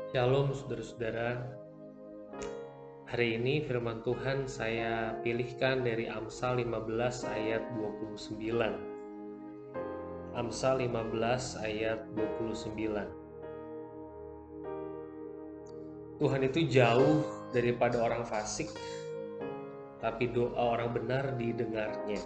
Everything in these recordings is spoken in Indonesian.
Shalom saudara-saudara. Hari ini firman Tuhan saya pilihkan dari Amsal 15 ayat 29. Amsal 15 ayat 29. Tuhan itu jauh daripada orang fasik, tapi doa orang benar didengarnya.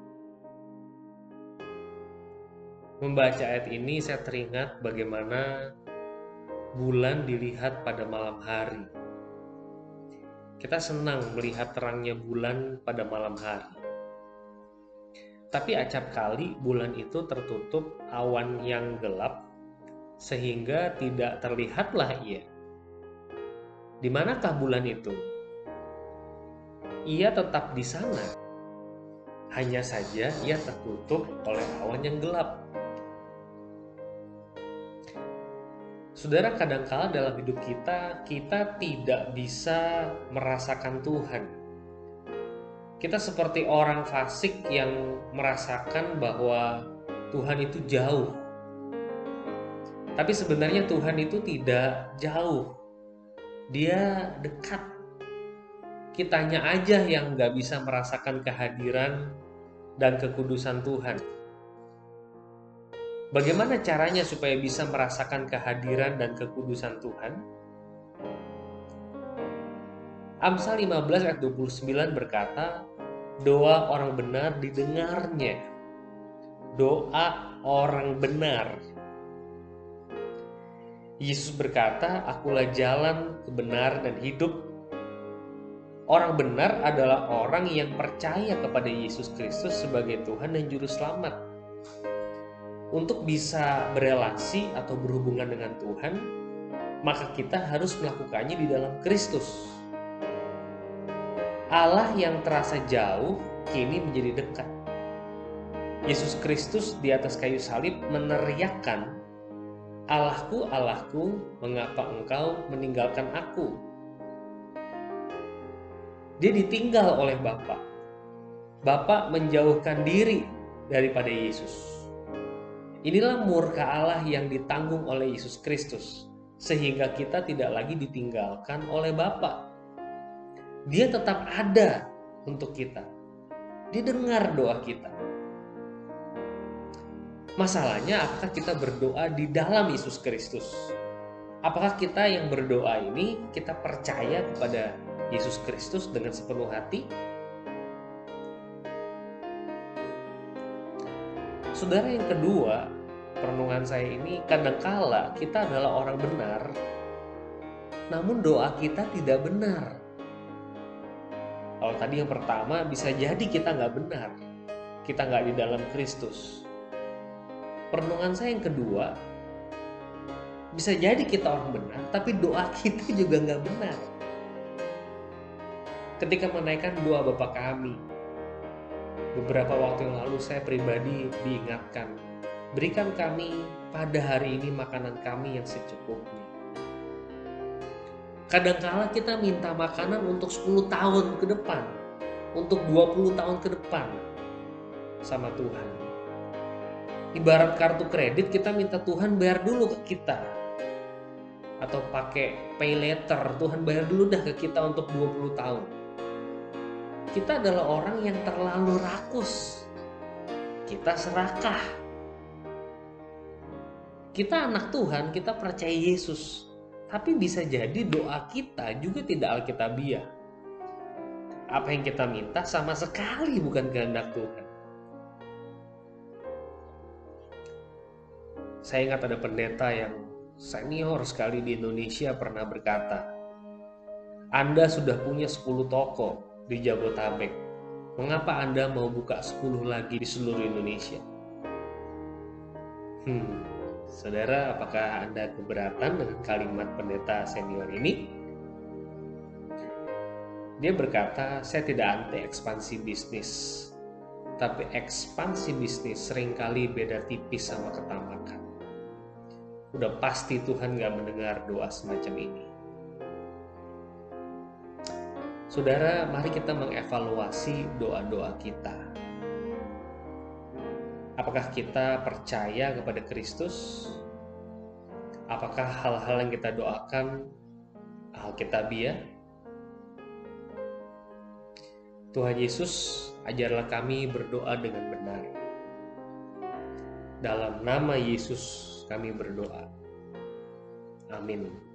Membaca ayat ini saya teringat bagaimana bulan dilihat pada malam hari. Kita senang melihat terangnya bulan pada malam hari. Tapi acap kali bulan itu tertutup awan yang gelap sehingga tidak terlihatlah ia. Di manakah bulan itu? Ia tetap di sana. Hanya saja ia tertutup oleh awan yang gelap. Saudara, kadangkala dalam hidup kita tidak bisa merasakan Tuhan. Kita seperti orang fasik yang merasakan bahwa Tuhan itu jauh. Tapi sebenarnya Tuhan itu tidak jauh. Dia dekat. Kitanya aja yang nggak bisa merasakan kehadiran dan kekudusan Tuhan. Bagaimana caranya supaya bisa merasakan kehadiran dan kekudusan Tuhan? Amsal 15 ayat 29 berkata, doa orang benar didengarnya. Doa orang benar. Yesus berkata, akulah jalan, kebenaran, dan hidup. Orang benar adalah orang yang percaya kepada Yesus Kristus sebagai Tuhan dan Juru Selamat. Untuk bisa berelasi atau berhubungan dengan Tuhan, maka kita harus melakukannya di dalam Kristus. Allah yang terasa jauh kini menjadi dekat. Yesus Kristus di atas kayu salib meneriakkan, Allahku, Allahku, mengapa engkau meninggalkan aku? Dia ditinggal oleh Bapa. Bapa menjauhkan diri daripada Yesus. Inilah murka Allah yang ditanggung oleh Yesus Kristus, sehingga kita tidak lagi ditinggalkan oleh Bapa. Dia tetap ada untuk kita. Dia dengar doa kita. Masalahnya, apakah kita berdoa di dalam Yesus Kristus? Apakah kita yang berdoa ini, kita percaya kepada Yesus Kristus dengan sepenuh hati? Saudara, yang kedua, perenungan saya ini, kadangkala kita adalah orang benar, namun doa kita tidak benar. Kalau tadi yang pertama, bisa jadi kita nggak benar, kita nggak di dalam Kristus. Perenungan saya yang kedua, bisa jadi kita orang benar, tapi doa kita juga nggak benar. Ketika menaikkan doa Bapa kami, beberapa waktu yang lalu saya pribadi diingatkan, berikan kami pada hari ini makanan kami yang secukupnya. Kadangkala kita minta makanan untuk 10 tahun ke depan, untuk 20 tahun ke depan sama Tuhan. Ibarat kartu kredit, kita minta Tuhan bayar dulu ke kita. Atau pakai pay later, Tuhan bayar dulu dah ke kita untuk 20 tahun. Kita adalah orang yang terlalu rakus. Kita serakah. Kita anak Tuhan, kita percaya Yesus. Tapi bisa jadi doa kita juga tidak alkitabiah. Apa yang kita minta sama sekali bukan kehendak Tuhan. Saya ingat ada pendeta yang senior sekali di Indonesia pernah berkata, Anda sudah punya 10 toko di Jabotabek. Mengapa Anda mau buka 10 lagi di seluruh Indonesia? Saudara, apakah Anda keberatan dengan kalimat pendeta senior ini? Dia berkata, saya tidak anti ekspansi bisnis, tapi ekspansi bisnis seringkali beda tipis sama ketamakan. Udah pasti Tuhan gak mendengar doa semacam ini. Saudara, mari kita mengevaluasi doa-doa kita. Apakah kita percaya kepada Kristus? Apakah hal-hal yang kita doakan Alkitabiah? Tuhan Yesus, ajarlah kami berdoa dengan benar. Dalam nama Yesus kami berdoa. Amin.